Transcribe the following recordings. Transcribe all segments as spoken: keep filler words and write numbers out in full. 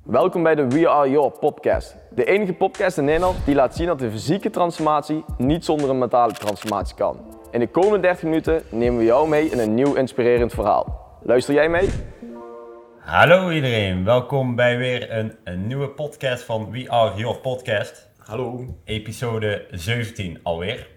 Welkom bij de We Are Your podcast. De enige podcast in Nederland die laat zien dat de fysieke transformatie niet zonder een mentale transformatie kan. In de komende dertig minuten nemen we jou mee in een nieuw inspirerend verhaal. Luister jij mee? Hallo iedereen, welkom bij weer een, een nieuwe podcast van We Are Your podcast. Hallo. Episode zeventien alweer.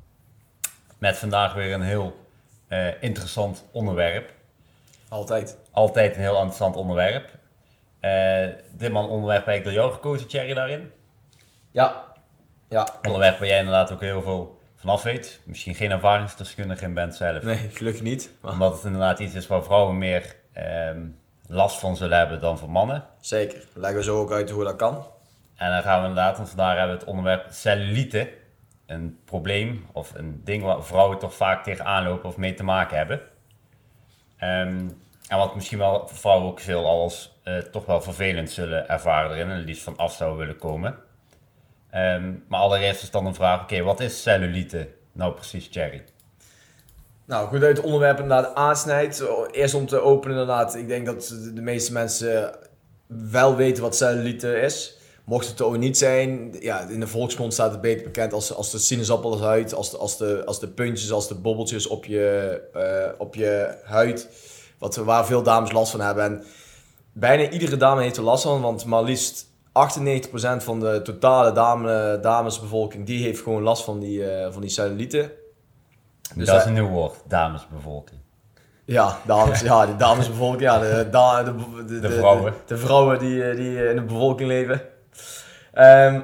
Met vandaag weer een heel uh, interessant onderwerp. Altijd. Altijd een heel interessant onderwerp. Uh, dit man onderwerp heb ik door jou gekozen, Thierry, daarin. Ja. ja. Onderwerp waar jij inderdaad ook heel veel vanaf weet. Misschien geen ervaringsdeskundige in bent zelf. Nee, gelukkig niet. Maar... Omdat het inderdaad iets is waar vrouwen meer um, last van zullen hebben dan voor mannen. Zeker. Leggen we zo ook uit hoe dat kan. En dan gaan we inderdaad, want vandaag hebben we het onderwerp cellulite. Een probleem of een ding waar vrouwen toch vaak tegenaan lopen of mee te maken hebben. Um, en wat misschien wel voor vrouwen ook veel als uh, toch wel vervelend zullen ervaren erin en er liefst van af zouden willen komen. Um, maar allereerst is dan een vraag, oké, okay, wat is cellulite nou precies, Thierry? Nou, goed uit het onderwerp inderdaad aansnijdt. Eerst om te openen inderdaad, ik denk dat de meeste mensen wel weten wat cellulite is. Mocht het er ook niet zijn, ja, in de volksmond staat het beter bekend als, als de sinaasappelhuid, als de, als, de, als de puntjes, als de bobbeltjes op je, uh, op je huid, wat, waar veel dames last van hebben. En bijna iedere dame heeft er last van, want maar liefst achtennegentig procent van de totale dame, damesbevolking, die heeft gewoon last van die, uh, van die cellulite. Dus dat is een nieuw woord, damesbevolking. Ja, dames, ja, de damesbevolking, ja, de, de, de, de, de vrouwen. De, de vrouwen die, die in de bevolking leven. Um,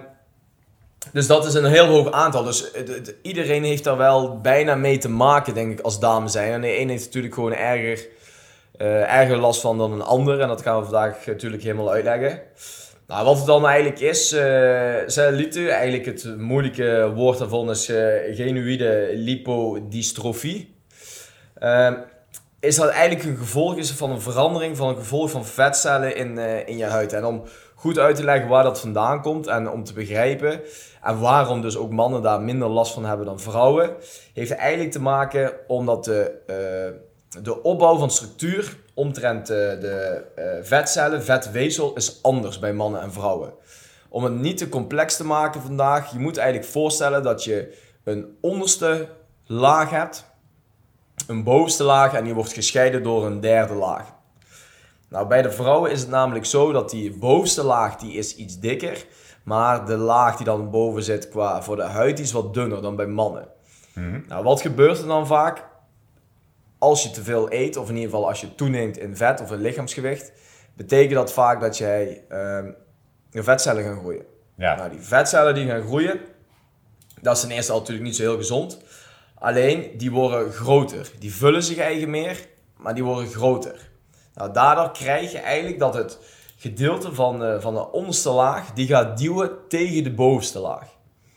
dus dat is een heel hoog aantal. Dus het, het, iedereen heeft daar wel bijna mee te maken, denk ik, als dame zijn. En de een heeft natuurlijk gewoon erger, uh, erger last van dan een ander. En dat gaan we vandaag natuurlijk helemaal uitleggen. Nou, wat het dan eigenlijk is, uh, cellulite, eigenlijk het moeilijke woord daarvan is uh, genuïde lipodystrofie. Uh, is dat eigenlijk een gevolg is van een verandering van een gevolg van vetcellen in, uh, in je huid. En om goed uit te leggen waar dat vandaan komt en om te begrijpen en waarom dus ook mannen daar minder last van hebben dan vrouwen, heeft eigenlijk te maken omdat de, uh, de opbouw van structuur omtrent de, de uh, vetcellen, vetweefsel, is anders bij mannen en vrouwen. Om het niet te complex te maken vandaag, je moet eigenlijk voorstellen dat je een onderste laag hebt, een bovenste laag en die wordt gescheiden door een derde laag. Nou, bij de vrouwen is het namelijk zo dat die bovenste laag die is iets dikker, maar de laag die dan boven zit qua voor de huid is wat dunner dan bij mannen. Mm-hmm. Nou, wat gebeurt er dan vaak? Als je te veel eet, of in ieder geval als je toeneemt in vet of in lichaamsgewicht, betekent dat vaak dat jij uh, je vetcellen gaan groeien. Ja. Nou, die vetcellen die gaan groeien, dat is ten eerste al natuurlijk niet zo heel gezond. Alleen, die worden groter. Die vullen zich eigen meer, maar die worden groter. Nou, daardoor krijg je eigenlijk dat het gedeelte van de, van de onderste laag, die gaat duwen tegen de bovenste laag.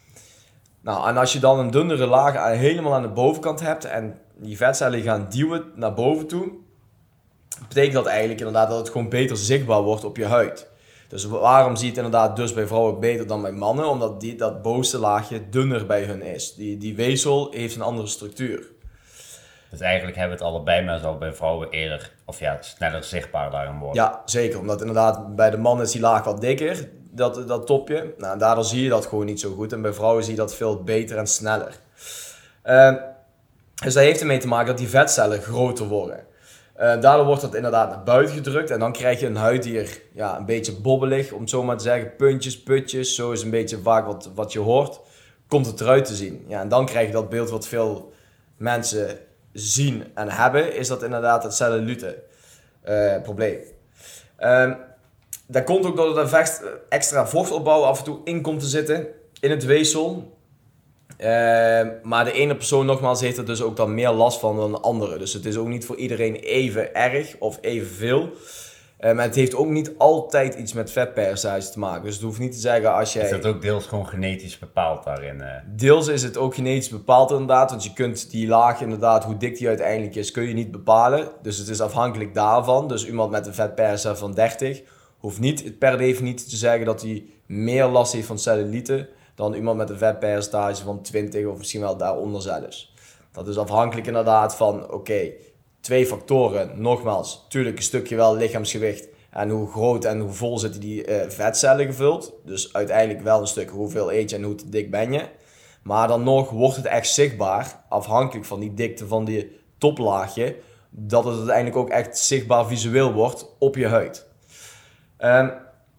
Nou, en als je dan een dunnere laag helemaal aan de bovenkant hebt en die vetcellen gaan duwen naar boven toe, betekent dat eigenlijk inderdaad dat het gewoon beter zichtbaar wordt op je huid. Dus waarom zie je het inderdaad dus bij vrouwen beter dan bij mannen? Omdat die, dat bovenste laagje dunner bij hun is. Die, die weefsel heeft een andere structuur. Dus eigenlijk hebben we het allebei, maar zal bij vrouwen eerder of ja, sneller zichtbaar daarin worden. Ja, zeker. Omdat inderdaad bij de man is die laag wat dikker, dat, dat topje. Nou, en daardoor zie je dat gewoon niet zo goed. En bij vrouwen zie je dat veel beter en sneller. Uh, dus dat heeft ermee te maken dat die vetcellen groter worden. Uh, daardoor wordt dat inderdaad naar buiten gedrukt. En dan krijg je een huid die er ja, een beetje bobbelig, om het zo maar te zeggen. Puntjes, putjes, zo is een beetje vaak wat, wat je hoort. Komt het eruit te zien. Ja, en dan krijg je dat beeld wat veel mensen zien en hebben, is dat inderdaad het cellulite uh, probleem. Um, dat komt ook doordat er extra vochtopbouw af en toe in komt te zitten in het weefsel. Uh, maar de ene persoon nogmaals heeft er dus ook dan meer last van dan de andere. Dus het is ook niet voor iedereen even erg of evenveel. Uh, maar het heeft ook niet altijd iets met vetpercentage te maken. Dus het hoeft niet te zeggen als jij... Is dat ook deels gewoon genetisch bepaald daarin? Uh... Deels is het ook genetisch bepaald inderdaad. Want je kunt die laag inderdaad, hoe dik die uiteindelijk is, kun je niet bepalen. Dus het is afhankelijk daarvan. Dus iemand met een vetpercentage van dertig hoeft niet per definitie te zeggen dat hij meer last heeft van cellulite dan iemand met een vetpercentage van twintig of misschien wel daaronder zelfs. Dat is afhankelijk inderdaad van, oké, okay, twee factoren. Nogmaals, natuurlijk een stukje wel lichaamsgewicht En hoe groot en hoe vol zitten die uh, vetcellen gevuld. Dus uiteindelijk wel een stuk hoeveel eet je en hoe te dik ben je. Maar dan nog wordt het echt zichtbaar, afhankelijk van die dikte van die toplaagje, dat het uiteindelijk ook echt zichtbaar visueel wordt op je huid. Um,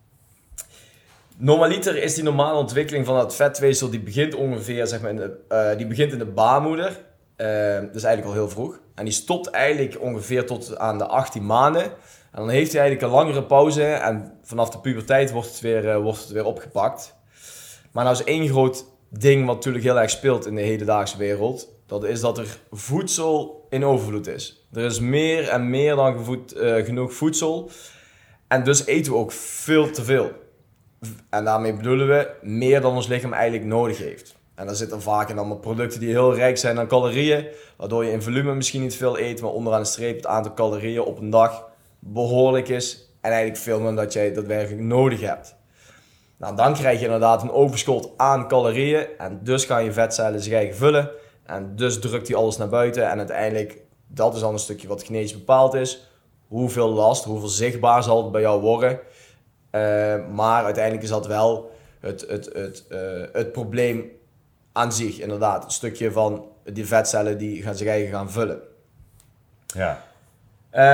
Normaliter is die normale ontwikkeling van het vetweefsel, die begint ongeveer, zeg maar, in de, uh, die begint in de baarmoeder. Uh, dat is eigenlijk al heel vroeg. En die stopt eigenlijk ongeveer tot aan de achttien maanden. En dan heeft hij eigenlijk een langere pauze en vanaf de puberteit wordt het weer, uh, wordt het weer opgepakt. Maar nou is één groot ding wat natuurlijk heel erg speelt in de hedendaagse wereld. Dat is dat er voedsel in overvloed is. Er is meer en meer dan gevoed, uh, genoeg voedsel. En dus eten we ook veel te veel. En daarmee bedoelen we meer dan ons lichaam eigenlijk nodig heeft. En daar zitten vaak in allemaal producten die heel rijk zijn aan calorieën. Waardoor je in volume misschien niet veel eet, maar onderaan de streep het aantal calorieën op een dag behoorlijk is. En eigenlijk veel meer dan dat jij daadwerkelijk nodig hebt. Nou, dan krijg je inderdaad een overschot aan calorieën. En dus gaan je vetcellen zich eigen vullen. En dus drukt hij alles naar buiten. En uiteindelijk, dat is dan een stukje wat genetisch bepaald is. Hoeveel last, hoeveel zichtbaar zal het bij jou worden. Uh, maar uiteindelijk is dat wel het, het, het, uh, het probleem aan zich, inderdaad. Een stukje van die vetcellen die gaan zich eigen gaan vullen. Ja. Uh,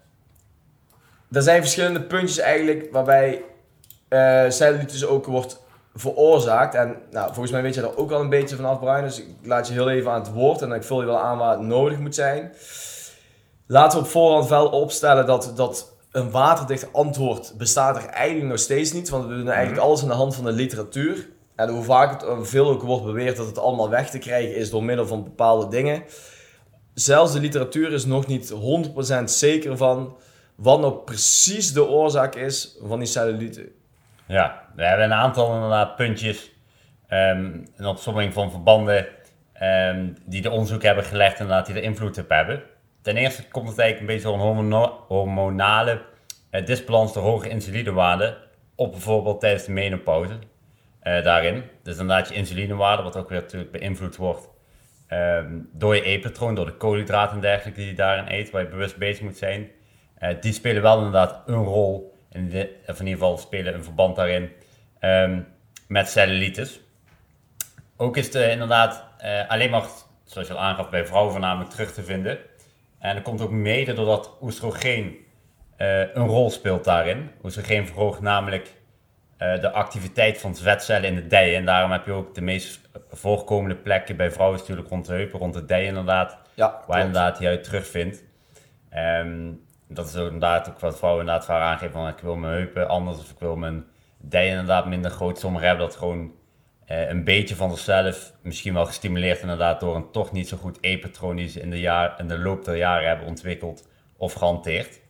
er zijn verschillende puntjes eigenlijk waarbij uh, cellulitis ook wordt veroorzaakt. En nou, volgens mij weet je daar ook al een beetje vanaf, Brian. Dus ik laat je heel even aan het woord en ik vul je wel aan waar het nodig moet zijn. Laten we op voorhand wel opstellen dat... dat een waterdicht antwoord bestaat er eigenlijk nog steeds niet, want we doen eigenlijk alles aan de hand van de literatuur. En hoe vaak het veel ook wordt beweerd dat het allemaal weg te krijgen is door middel van bepaalde dingen. Zelfs de literatuur is nog niet honderd procent zeker van wat nou precies de oorzaak is van die cellulite. Ja, we hebben een aantal inderdaad puntjes, um, een opsomming van verbanden um, die de onderzoek hebben gelegd inderdaad die er invloed op hebben. Ten eerste komt het eigenlijk een beetje door een hormono- hormonale uh, disbalans door hoge insulinewaarden op bijvoorbeeld tijdens de menopauze uh, daarin. Dus inderdaad je insulinewaarde, wat ook weer natuurlijk beïnvloed wordt um, door je eetpatroon, door de koolhydraten en dergelijke die je daarin eet, waar je bewust bezig moet zijn. Uh, die spelen wel inderdaad een rol, in, de, of in ieder geval spelen een verband daarin um, met cellulitis. Ook is het uh, inderdaad uh, alleen maar, zoals je al aangaf, bij vrouwen voornamelijk terug te vinden. En dat komt ook mede doordat oestrogeen uh, een rol speelt daarin. Oestrogeen verhoogt namelijk uh, de activiteit van vetcellen in de dijen. En daarom heb je ook de meest voorkomende plekken bij vrouwen natuurlijk rond de heupen, rond de dijen inderdaad. Ja, waar je inderdaad die uit terugvindt. Um, dat is ook inderdaad ook wat vrouwen inderdaad vaak aangeven van ik wil mijn heupen anders of ik wil mijn dijen inderdaad minder groot. Sommigen hebben dat gewoon uh, een beetje van zichzelf misschien wel gestimuleerd inderdaad door een toch niet zo goed eetpatroon die ze in de, jaar, in de loop der jaren hebben ontwikkeld of gehanteerd.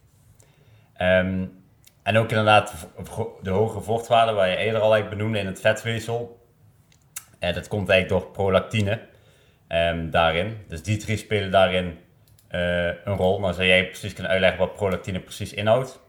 Um, en ook inderdaad de hogere vochtwaarde waar je eerder al eigenlijk benoemde in het vetweefsel. Uh, dat komt eigenlijk door prolactine um, daarin. Dus die drie spelen daarin uh, een rol. Maar zou jij precies kunnen uitleggen wat prolactine precies inhoudt?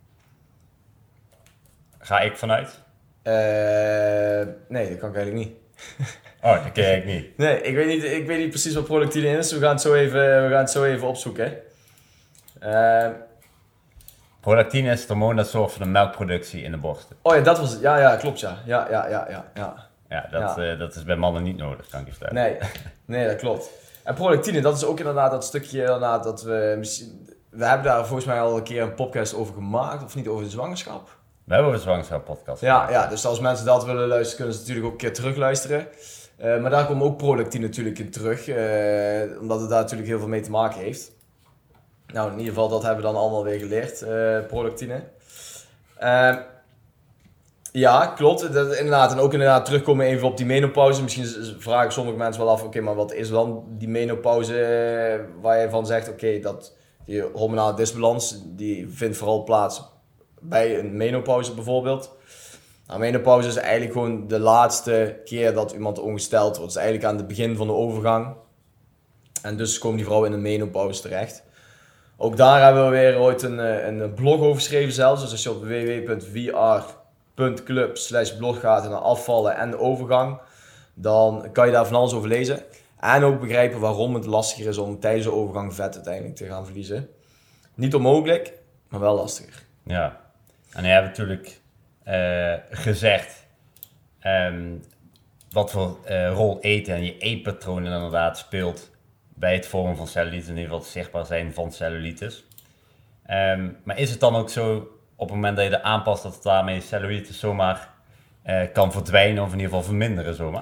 Ga ik vanuit? Uh, nee, dat kan ik eigenlijk niet. Oh, dat ken ik niet. Nee, ik weet niet, ik weet niet precies wat prolactine is. We gaan het zo even, we gaan het zo even opzoeken. Uh, Prolactine is het hormoon dat zorgt voor de melkproductie in de borsten. oh ja, dat was het. Ja, ja, klopt ja. Ja, ja, ja, ja. Ja, ja, dat, ja. Uh, dat is bij mannen niet nodig, kan ik je vertellen. Nee, nee, dat klopt. En prolactine, dat is ook inderdaad dat stukje inderdaad dat we... We hebben daar volgens mij al een keer een podcast over gemaakt, of niet, over de zwangerschap. We hebben een zwangerschap podcast. Ja, ja, dus als mensen dat willen luisteren, kunnen ze natuurlijk ook een keer terugluisteren. Uh, maar daar komt ook prolactine natuurlijk in terug, uh, omdat het daar natuurlijk heel veel mee te maken heeft. Nou, in ieder geval, dat hebben we dan allemaal weer geleerd, uh, prolactine. Uh, ja, klopt. Dat, inderdaad. En ook inderdaad terugkomen even op die menopauze. Misschien vragen sommige mensen wel af, oké, okay, maar wat is dan die menopauze uh, waar je van zegt, oké, okay, dat die hormonale disbalans, die vindt vooral plaats bij een menopauze bijvoorbeeld. Nou, menopauze is eigenlijk gewoon de laatste keer dat iemand ongesteld wordt. Het is eigenlijk aan het begin van de overgang. En dus komen die vrouwen in de menopauze terecht. Ook daar hebben we weer ooit een, een blog over geschreven zelfs. Dus als je op w w w punt v r punt club slash blog gaat en naar afvallen en de overgang, dan kan je daar van alles over lezen. En ook begrijpen waarom het lastiger is om tijdens de overgang vet uiteindelijk te gaan verliezen. Niet onmogelijk, maar wel lastiger. Ja, en je hebt natuurlijk uh, gezegd um, wat voor uh, rol eten en je eetpatroon inderdaad speelt bij het vormen van cellulitis, in ieder geval het zichtbaar zijn van cellulitis. Um, maar is het dan ook zo, op het moment dat je er aanpast, dat het daarmee cellulitis zomaar uh, kan verdwijnen of in ieder geval verminderen zomaar?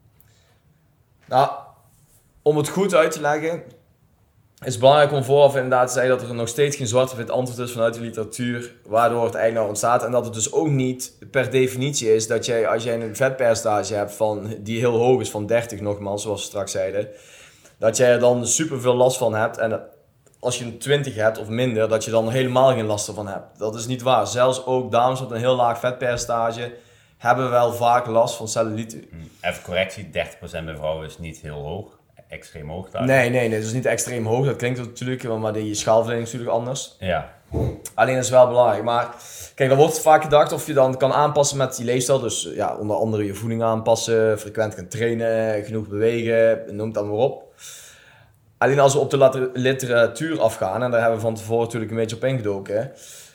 Nou, om het goed uit te leggen, is het belangrijk om vooraf inderdaad te zeggen dat er nog steeds geen zwart-wit antwoord is vanuit de literatuur waardoor het eigenlijk nou ontstaat. En dat het dus ook niet per definitie is dat jij, als jij een vetpercentage hebt van, die heel hoog is, van dertig nogmaals, zoals we straks zeiden, dat jij er dan super veel last van hebt. En als je een twintig hebt of minder, dat je dan helemaal geen last ervan hebt. Dat is niet waar. Zelfs ook dames met een heel laag vetpercentage hebben wel vaak last van cellulite. Even correctie, dertig procent bij vrouwen is niet heel hoog. Extreem hoog daar. Nee, nee, nee, dat is niet extreem hoog. Dat klinkt natuurlijk, maar die schaalverdeling is natuurlijk anders. Ja. Alleen dat is wel belangrijk. Maar kijk, dan wordt vaak gedacht of je dan kan aanpassen met die leefstijl. Dus ja, onder andere je voeding aanpassen, frequent gaan trainen, genoeg bewegen, noem het dan maar op. Alleen als we op de literatuur afgaan, en daar hebben we van tevoren natuurlijk een beetje op ingedoken,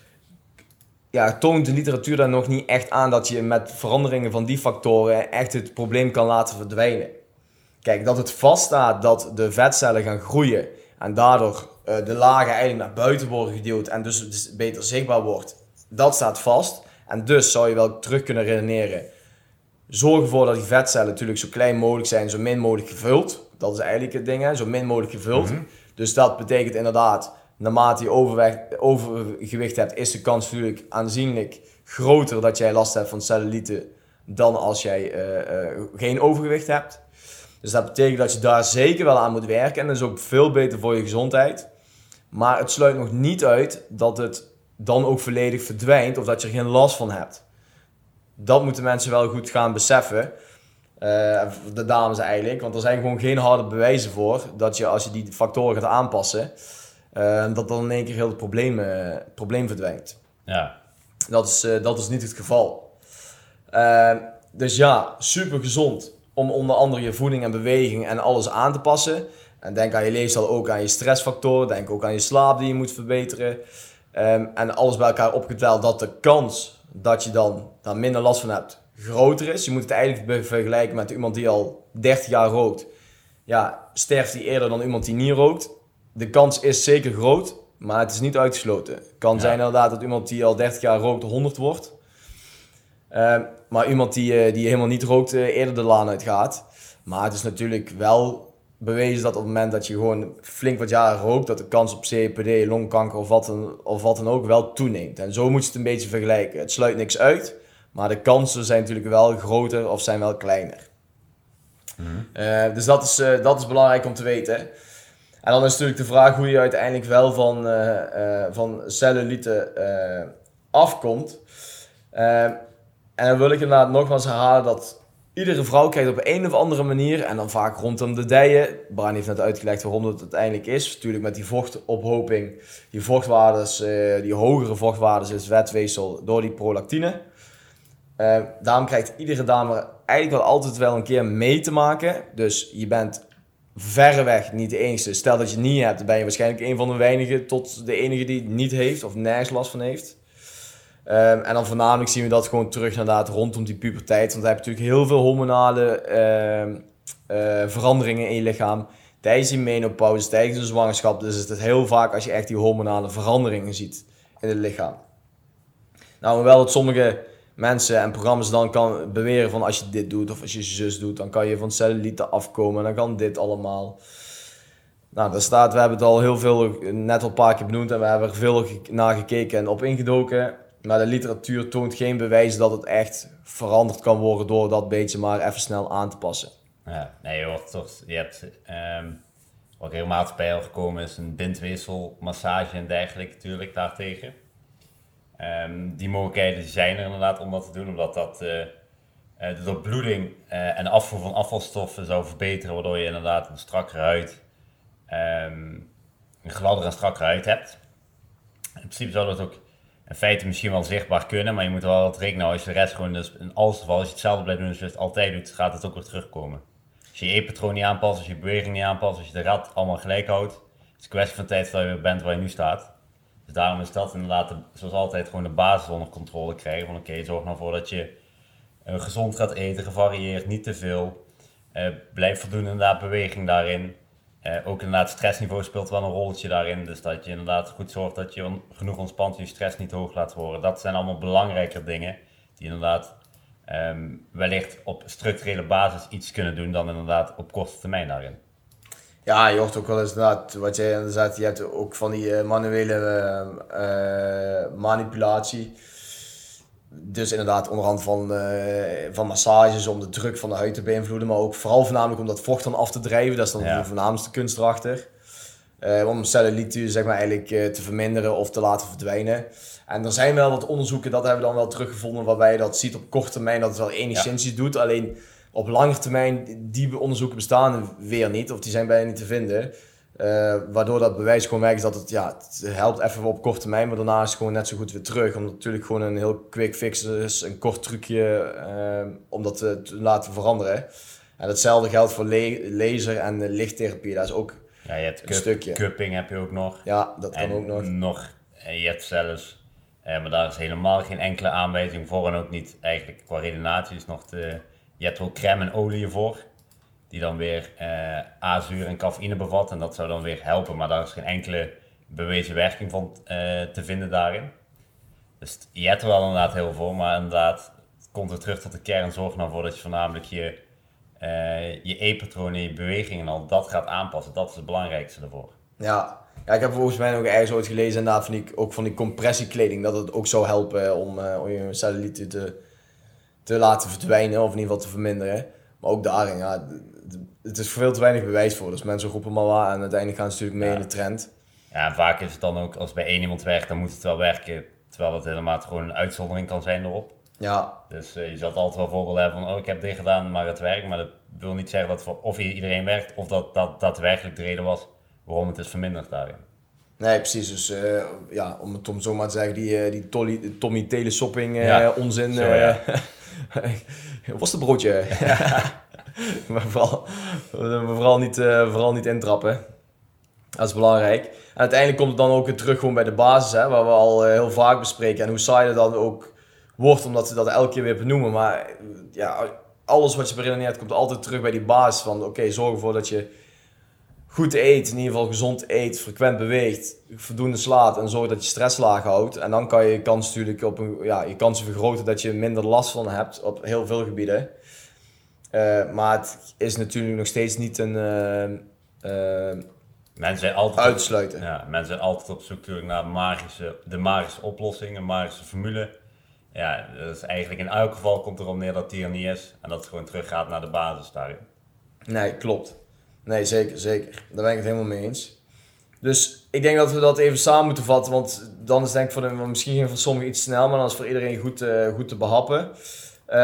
ja, toont de literatuur dan nog niet echt aan dat je met veranderingen van die factoren echt het probleem kan laten verdwijnen. Kijk, dat het vaststaat dat de vetcellen gaan groeien en daardoor uh, de lagen eigenlijk naar buiten worden geduwd en dus het beter zichtbaar wordt, dat staat vast. En dus zou je wel terug kunnen redeneren. Zorg ervoor dat die vetcellen natuurlijk zo klein mogelijk zijn, zo min mogelijk gevuld. Dat is eigenlijk het ding, hè? Zo min mogelijk gevuld. Mm-hmm. Dus dat betekent inderdaad, naarmate je overweg, overgewicht hebt, is de kans natuurlijk aanzienlijk groter dat jij last hebt van cellulite dan als jij uh, uh, geen overgewicht hebt. Dus dat betekent dat je daar zeker wel aan moet werken en dat is ook veel beter voor je gezondheid. Maar het sluit nog niet uit dat het dan ook volledig verdwijnt of dat je er geen last van hebt. Dat moeten mensen wel goed gaan beseffen. Uh, de dames eigenlijk, want er zijn gewoon geen harde bewijzen voor dat je als je die factoren gaat aanpassen, uh, dat dan in één keer heel het probleem, uh, probleem verdwijnt. Ja. Dat is, uh, dat is niet het geval. Uh, dus ja, super gezond om onder andere je voeding en beweging en alles aan te passen. En denk aan je leefstijl, ook aan je stressfactoren, denk ook aan je slaap die je moet verbeteren. Um, en alles bij elkaar opgeteld dat de kans dat je dan daar minder last van hebt groter is. Je moet het eigenlijk vergelijken met iemand die al dertig jaar rookt. Ja, sterft hij eerder dan iemand die niet rookt. De kans is zeker groot, maar het is niet uitgesloten. Het kan ja. zijn inderdaad dat iemand die al dertig jaar rookt honderd wordt. Uh, maar iemand die, uh, die helemaal niet rookt uh, eerder de laan uitgaat. Maar het is natuurlijk wel bewezen dat op het moment dat je gewoon flink wat jaren rookt, dat de kans op C O P D, longkanker of wat, dan, of wat dan ook wel toeneemt. En zo moet je het een beetje vergelijken. Het sluit niks uit. Maar de kansen zijn natuurlijk wel groter of zijn wel kleiner. Mm-hmm. Uh, dus dat is, uh, dat is belangrijk om te weten. En dan is natuurlijk de vraag hoe je uiteindelijk wel van, uh, uh, van cellulite uh, afkomt. Uh, en dan wil ik inderdaad nogmaals herhalen dat iedere vrouw krijgt op een of andere manier, en dan vaak rondom de dijen. Brian heeft net uitgelegd waarom dat uiteindelijk is. Natuurlijk met die vochtophoping, die vochtwaardes, uh, die hogere vochtwaardes in het vetweefsel door die prolactine. Uh, daarom krijgt iedere dame eigenlijk wel altijd wel een keer mee te maken. Dus je bent verreweg niet de enige. Stel dat je het niet hebt, dan ben je waarschijnlijk een van de weinigen tot de enige die het niet heeft of nergens last van heeft. Um, en dan voornamelijk zien we dat gewoon terug inderdaad rondom die puberteit. Want dan heb je natuurlijk heel veel hormonale uh, uh, veranderingen in je lichaam. Tijdens die menopauze, tijdens de zwangerschap. Dus is het heel vaak als je echt die hormonale veranderingen ziet in het lichaam. Nou, hoewel het sommige mensen en programma's dan kan beweren van als je dit doet of als je zus doet, dan kan je van cellulite afkomen en dan kan dit allemaal. Nou, daar staat, we hebben het al heel veel, net al een paar keer benoemd en we hebben er veel naar gekeken en op ingedoken. Maar de literatuur toont geen bewijs dat het echt veranderd kan worden door dat beetje maar even snel aan te passen. Ja, nee, je, wordt toch, je hebt, um, wat regelmatig bij jou gekomen is een bindweefselmassage en dergelijke natuurlijk daartegen. Um, die mogelijkheden zijn er inderdaad om dat te doen, omdat dat uh, uh, de doorbloeding uh, en de afvoer van afvalstoffen zou verbeteren, waardoor je inderdaad een strakkere huid, um, een gladder en strakkere huid hebt. In principe zou dat ook in feite misschien wel zichtbaar kunnen, maar je moet er wel wat rekenen. Als je de rest gewoon, dus in alles geval, als je hetzelfde blijft doen als je het altijd doet, gaat het ook weer terugkomen. Als je je eetpatroon niet aanpast, als je je beweging niet aanpast, als je de rad allemaal gelijk houdt, is het een kwestie van tijd dat je weer bent waar je nu staat. Dus daarom is dat inderdaad, de, zoals altijd, gewoon de basis onder controle krijgen. Van oké, okay, zorg nou voor dat je uh, gezond gaat eten, gevarieerd, niet te veel. Uh, blijf voldoende inderdaad beweging daarin. Uh, ook inderdaad stressniveau speelt wel een rolletje daarin. Dus dat je inderdaad goed zorgt dat je on- genoeg ontspant, je stress niet hoog laat worden. Dat zijn allemaal belangrijker dingen die inderdaad um, wellicht op structurele basis iets kunnen doen dan inderdaad op korte termijn daarin. Ja, je hoort ook wel eens inderdaad, wat jij inderdaad, je hebt ook van die uh, manuele uh, uh, manipulatie. Dus inderdaad onderhand van, uh, van massages om de druk van de huid te beïnvloeden, maar ook vooral voornamelijk om dat vocht dan af te drijven. Dat is dan ja. de voornaamste kunst erachter. Uh, om cellulite zeg maar, eigenlijk uh, te verminderen of te laten verdwijnen. En er zijn wel wat onderzoeken, dat hebben we dan wel teruggevonden, waarbij je dat ziet op korte termijn dat het wel enigszins iets ja. doet. Alleen op lange termijn, die onderzoeken bestaan weer niet, of die zijn bijna niet te vinden. Uh, waardoor dat bewijs gewoon werkt dat het, ja, het helpt even op korte termijn, maar daarna is het gewoon net zo goed weer terug. Omdat het natuurlijk gewoon een heel quick fix is, een kort trucje uh, om dat te, te laten veranderen. En hetzelfde geldt voor le- laser en lichttherapie, dat is ook ja, je hebt een cup, stukje. Cupping heb je ook nog. Ja, dat kan en ook nog. nog. En je hebt zelfs, uh, maar daar is helemaal geen enkele aanwijzing voor en ook niet eigenlijk qua redenatie is nog te... Je hebt er ook crème en olie voor, die dan weer uh, azuur en cafeïne bevat en dat zou dan weer helpen, maar daar is geen enkele bewezen werking van uh, te vinden daarin. Dus je hebt er wel inderdaad heel veel, maar inderdaad, het komt weer terug tot de kern, zorg nou voor dat je voornamelijk je, uh, je eetpatroon en je bewegingen al dat gaat aanpassen, dat is het belangrijkste daarvoor. Ja. Ja, ik heb volgens mij ook ergens ooit gelezen inderdaad van die, ook van die compressiekleding, dat het ook zou helpen om, uh, om je cellulite te... te laten verdwijnen of in ieder geval te verminderen. Maar ook daarin, ja, het is veel te weinig bewijs voor. Dus mensen roepen maar waar en uiteindelijk gaan ze natuurlijk mee ja. in de trend. Ja, en vaak is het dan ook, als bij één iemand werkt, dan moet het wel werken. Terwijl het helemaal gewoon een uitzondering kan zijn erop. Ja. Dus uh, je zult altijd wel voorbeelden hebben van, oh ik heb dit gedaan, maar het werkt. Maar dat wil niet zeggen dat voor of iedereen werkt of dat dat daadwerkelijk de reden was waarom het is verminderd daarin. Nee, precies. Dus uh, ja, om het om zo maar te zeggen, die, uh, die Tolly, Tommy Telesopping uh, ja. onzin. Zo, ja. Was het broodje? Maar vooral, vooral, niet, uh, vooral niet intrappen. Dat is belangrijk. En uiteindelijk komt het dan ook weer terug gewoon bij de basis, hè, waar we al uh, heel vaak bespreken. En hoe saai dat dan ook wordt, omdat ze dat elke keer weer benoemen. Maar ja, alles wat je beredeneert komt altijd terug bij die basis van oké, okay, zorg ervoor dat je goed eet, in ieder geval gezond eet, frequent beweegt, voldoende slaapt en zorg dat je stress laag houdt. En dan kan je je kans natuurlijk op een, ja, je kansen vergroten dat je minder last van hebt op heel veel gebieden. Uh, maar het is natuurlijk nog steeds niet een uh, uh, mensen zijn altijd uitsluiten. Op, ja, mensen zijn altijd op zoek naar magische, de magische oplossing, een magische formule. Ja, dat is eigenlijk in elk geval komt erop neer dat die er niet is en dat het gewoon teruggaat naar de basis daarin. Nee, klopt. Nee, zeker, zeker. Daar ben ik het helemaal mee eens. Dus ik denk dat we dat even samen moeten vatten, want dan is denk ik voor de, misschien voor sommigen iets snel, maar dan is het voor iedereen goed, uh, goed te behappen. Uh,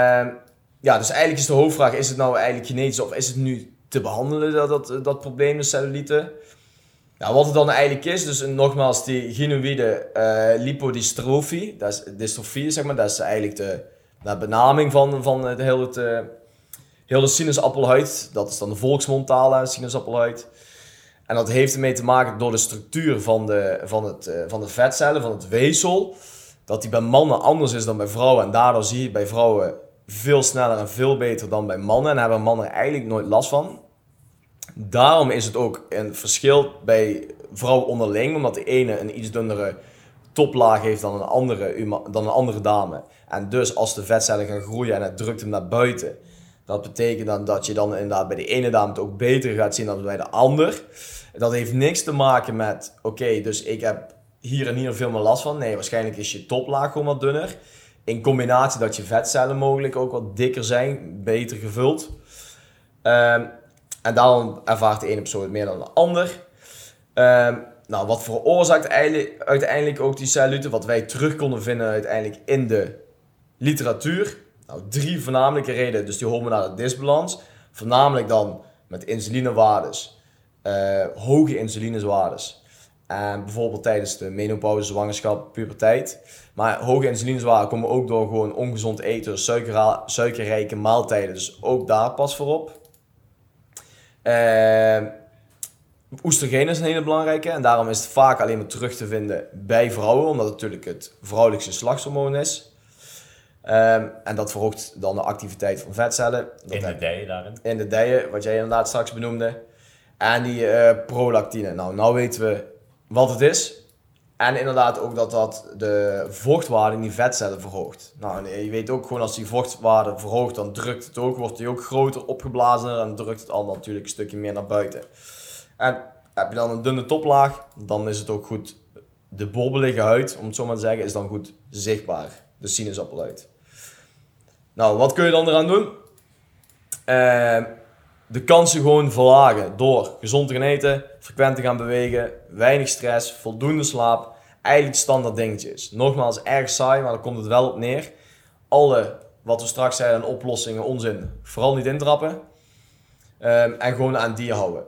ja, dus eigenlijk is de hoofdvraag, is het nou eigenlijk genetisch of is het nu te behandelen, dat, dat, dat probleem, de cellulite? Nou, wat het dan eigenlijk is, dus nogmaals, die gynoïde uh, lipodystrophy, dat is dystrofie, zeg maar, dat is eigenlijk de, de benaming van, van het hele... Het, uh, Heel de sinaasappelhuid, dat is dan de volksmondtaal, sinaasappelhuid. En dat heeft ermee te maken door de structuur van de, van, het, uh, van de vetcellen, van het weefsel. Dat die bij mannen anders is dan bij vrouwen. En daardoor zie je bij vrouwen veel sneller en veel beter dan bij mannen. En daar hebben mannen eigenlijk nooit last van. Daarom is het ook een verschil bij vrouwen onderling. Omdat de ene een iets dunnere toplaag heeft dan een andere, dan een andere dame. En dus als de vetcellen gaan groeien en het drukt hem naar buiten... Dat betekent dan dat je dan inderdaad bij de ene dame het ook beter gaat zien dan bij de ander. Dat heeft niks te maken met, oké, okay, dus ik heb hier en hier veel meer last van. Nee, waarschijnlijk is je toplaag gewoon wat dunner. In combinatie dat je vetcellen mogelijk ook wat dikker zijn, beter gevuld. Um, en daarom ervaart de ene persoon het meer dan de ander. Um, nou, wat veroorzaakt uiteindelijk ook die cellulite? Wat wij terug konden vinden uiteindelijk in de literatuur... Nou, drie voornamelijke redenen, dus die hormonale disbalans. Voornamelijk dan met insulinewaardes, uh, hoge insulinewaardes. En bijvoorbeeld tijdens de menopauze, zwangerschap, puberteit. Maar hoge insulinewaarden komen ook door gewoon ongezond eten, suikerra- suikerrijke maaltijden. Dus ook daar pas voor op. Uh, oestrogeen is een hele belangrijke en daarom is het vaak alleen maar terug te vinden bij vrouwen, omdat het natuurlijk het vrouwelijkste geslachtshormoon is. Um, en dat verhoogt dan de activiteit van vetcellen. Dat in de dijen daarin. In de dijen, wat jij inderdaad straks benoemde. En die uh, prolactine. Nou, nou weten we wat het is. En inderdaad ook dat dat de vochtwaarde in die vetcellen verhoogt. Nou, je weet ook gewoon als die vochtwaarde verhoogt, dan drukt het ook, wordt die ook groter, opgeblazen en dan drukt het allemaal natuurlijk een stukje meer naar buiten. En heb je dan een dunne toplaag, dan is het ook goed. De bobbelige huid, om het zo maar te zeggen, is dan goed zichtbaar. De sinaasappelhuid. Nou, wat kun je dan eraan doen? Uh, de kansen gewoon verlagen door gezond te gaan eten, frequent te gaan bewegen, weinig stress, voldoende slaap. Eigenlijk standaard dingetjes. Nogmaals, erg saai, maar daar komt het wel op neer. Alle, wat we straks zeiden, oplossingen, onzin, vooral niet intrappen. Um, en gewoon aan die houden.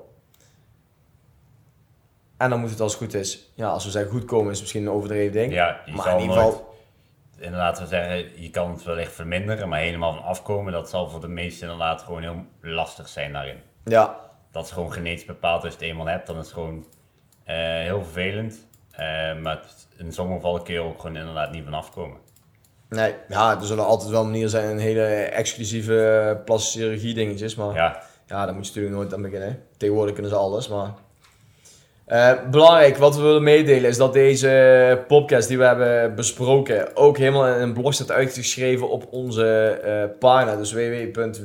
En dan moet het als het goed is, ja, als we zeggen goed komen is misschien een overdreven ding. Ja, je maar zal in ieder geval... Nooit, inderdaad we zeggen, je kan het wellicht verminderen, maar helemaal van afkomen, dat zal voor de meesten inderdaad gewoon heel lastig zijn daarin. Ja. Dat is gewoon genetisch bepaald. Als je het eenmaal hebt, dan is het gewoon uh, heel vervelend. Uh, maar het, in sommige gevallen kun je ook gewoon inderdaad niet van afkomen. Nee, ja, er zullen altijd wel manieren zijn, een hele exclusieve plastische chirurgie dingetjes, maar ja. ja, daar moet je natuurlijk nooit aan beginnen. Tegenwoordig kunnen ze alles, maar... Uh, belangrijk, wat we willen meedelen is dat deze podcast die we hebben besproken ook helemaal in een blog staat uitgeschreven op onze uh, pagina. Dus w w w punt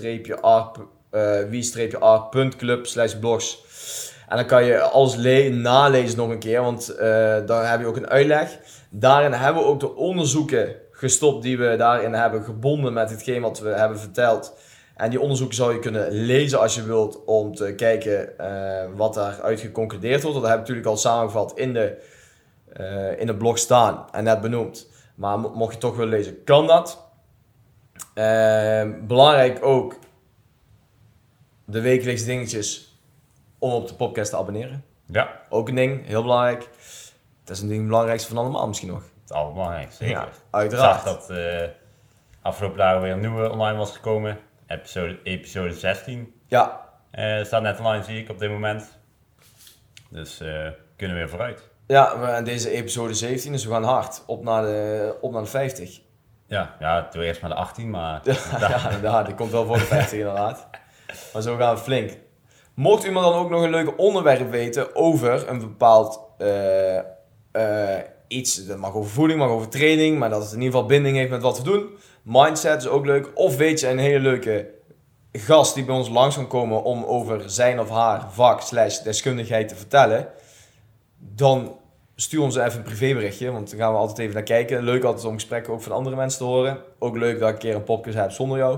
wie art punt club slash blogs. En dan kan je alles le- nalezen nog een keer, want uh, daar heb je ook een uitleg. Daarin hebben we ook de onderzoeken gestopt die we daarin hebben gebonden met hetgeen wat we hebben verteld. En die onderzoeken zou je kunnen lezen als je wilt om te kijken uh, wat daaruit geconcludeerd wordt. Dat heb ik natuurlijk al samengevat in de, uh, in de blog staan en net benoemd. Maar mo- mocht je toch willen lezen, kan dat. Uh, belangrijk ook de wekelijkse dingetjes om op de podcast te abonneren. Ja. Ook een ding, heel belangrijk. Dat is een ding het belangrijkste van allemaal misschien nog. Het allerbelangrijkste, zeker. Ja, uiteraard. Ik zag dat uh, afgelopen dagen weer een nieuwe online was gekomen. Episode, episode zestien. Ja. Uh, staat net online, zie ik op dit moment. Dus uh, kunnen we weer vooruit. Ja, we, en deze episode zeventien, dus we gaan hard. Op naar de, op naar de vijftig. Ja, ja, toen eerst maar de achttien, maar... Ja, ja, inderdaad, die komt wel voor de vijftig inderdaad. Maar zo gaan we flink. Mocht u maar dan ook nog een leuk onderwerp weten over een bepaald uh, uh, iets, dat mag over voeding, mag over training, maar dat het in ieder geval binding heeft met wat we doen. Mindset is ook leuk. Of weet je een hele leuke gast die bij ons langs kan komen om over zijn of haar vak slash deskundigheid te vertellen, dan stuur ons even een privéberichtje, want dan gaan we altijd even naar kijken. Leuk altijd om gesprekken ook van andere mensen te horen. Ook leuk dat ik een keer een podcast heb zonder jou.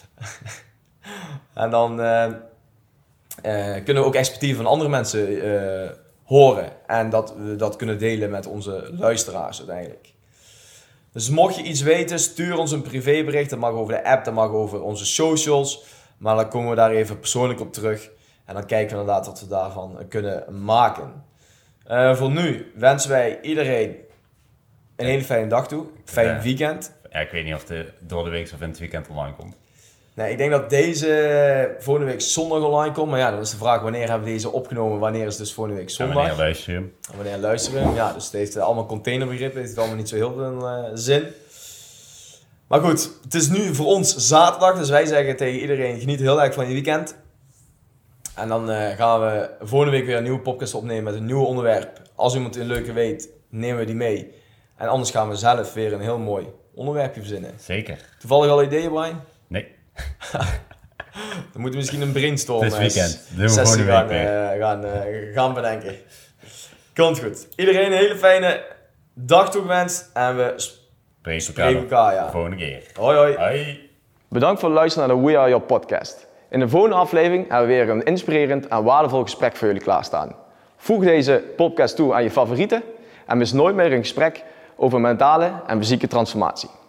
En dan uh, uh, kunnen we ook expertise van andere mensen uh, horen. En dat we dat kunnen delen met onze luisteraars uiteindelijk. Dus mocht je iets weten, stuur ons een privébericht. Dat mag over de app, dat mag over onze socials. Maar dan komen we daar even persoonlijk op terug. En dan kijken we inderdaad wat we daarvan kunnen maken. Uh, voor nu wensen wij iedereen een hele fijne dag toe. Fijn Ja. weekend. Ja, ik weet niet of de door de week of in het weekend online komt. Nee, ik denk dat deze volgende week zondag online komt. Maar ja, dan is de vraag wanneer hebben we deze opgenomen. Wanneer is dus volgende week En zondag. wanneer luister je hem? En wanneer luisteren we? Ja, dus het heeft allemaal containerbegrippen. Het heeft allemaal niet zo heel veel uh, zin. Maar goed, het is nu voor ons zaterdag. Dus wij zeggen tegen iedereen, geniet heel erg van je weekend. En dan uh, gaan we volgende week weer een nieuwe podcast opnemen met een nieuw onderwerp. Als iemand een leuke weet, nemen we die mee. En anders gaan we zelf weer een heel mooi onderwerpje verzinnen. Zeker. Toevallig al ideeën, Brian? Nee. Dan moeten we misschien een brainstorm Het is weekend. Doen we sessie gewoon gaan, een week uh, gaan, uh, gaan bedenken. Komt goed. Iedereen een hele fijne dag toegewenst. En we Spreek spreken elkaar elkaar, ja. de volgende keer. Hoi hoi. Hoi. Bedankt voor het luisteren naar de We Are Your podcast. In de volgende aflevering hebben we weer een inspirerend en waardevol gesprek voor jullie klaarstaan. Voeg deze podcast toe aan je favorieten en mis nooit meer een gesprek over mentale en fysieke transformatie.